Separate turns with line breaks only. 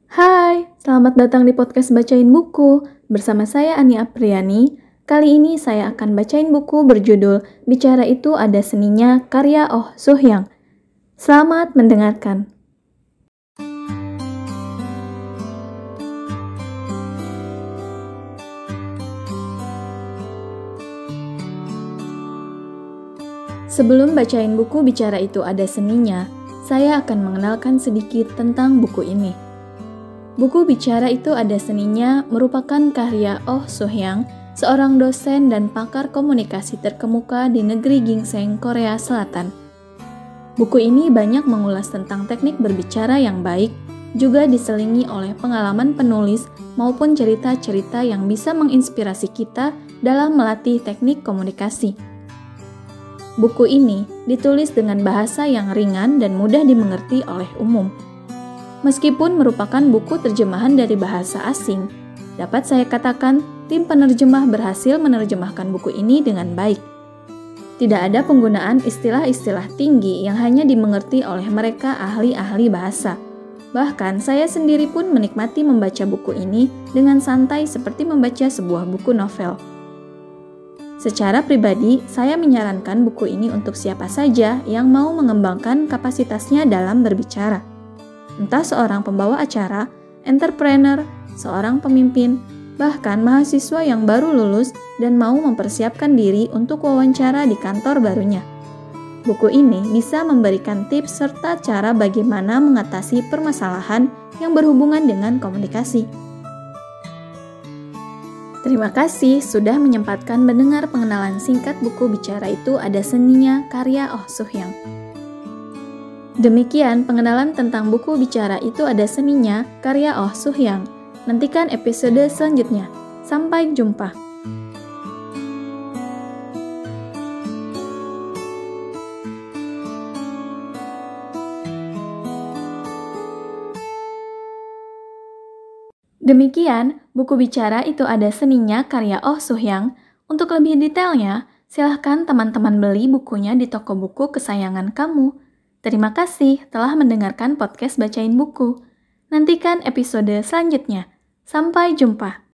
Hai, selamat datang di podcast Bacain Buku. Bersama saya Ani Apriani. Kali ini saya akan bacain buku berjudul Bicara Itu Ada Seninya karya Oh Soo-hyang. Selamat mendengarkan. Sebelum bacain buku Bicara Itu Ada Seninya, saya akan mengenalkan sedikit tentang buku ini. Buku Bicara Itu Ada Seninya merupakan karya Oh Soo-hyang, seorang dosen dan pakar komunikasi terkemuka di negeri Ginseng, Korea Selatan. Buku ini banyak mengulas tentang teknik berbicara yang baik, juga diselingi oleh pengalaman penulis maupun cerita-cerita yang bisa menginspirasi kita dalam melatih teknik komunikasi. Buku ini ditulis dengan bahasa yang ringan dan mudah dimengerti oleh umum. Meskipun merupakan buku terjemahan dari bahasa asing, dapat saya katakan tim penerjemah berhasil menerjemahkan buku ini dengan baik. Tidak ada penggunaan istilah-istilah tinggi yang hanya dimengerti oleh mereka ahli-ahli bahasa. Bahkan saya sendiri pun menikmati membaca buku ini dengan santai seperti membaca sebuah buku novel. Secara pribadi, saya menyarankan buku ini untuk siapa saja yang mau mengembangkan kapasitasnya dalam berbicara. Entah seorang pembawa acara, entrepreneur, seorang pemimpin, bahkan mahasiswa yang baru lulus dan mau mempersiapkan diri untuk wawancara di kantor barunya. Buku ini bisa memberikan tips serta cara bagaimana mengatasi permasalahan yang berhubungan dengan komunikasi. Terima kasih sudah menyempatkan mendengar pengenalan singkat buku Bicara Itu Ada Seninya karya Oh Soo-hyang. Demikian pengenalan tentang buku Bicara Itu Ada Seninya karya Oh Soo-hyang. Nantikan episode selanjutnya. Sampai jumpa. Demikian buku Bicara Itu Ada Seninya karya Oh Soo-hyang. Untuk lebih detailnya, silahkan teman-teman beli bukunya di toko buku kesayangan kamu. Terima kasih telah mendengarkan podcast Bacain Buku. Nantikan episode selanjutnya. Sampai jumpa.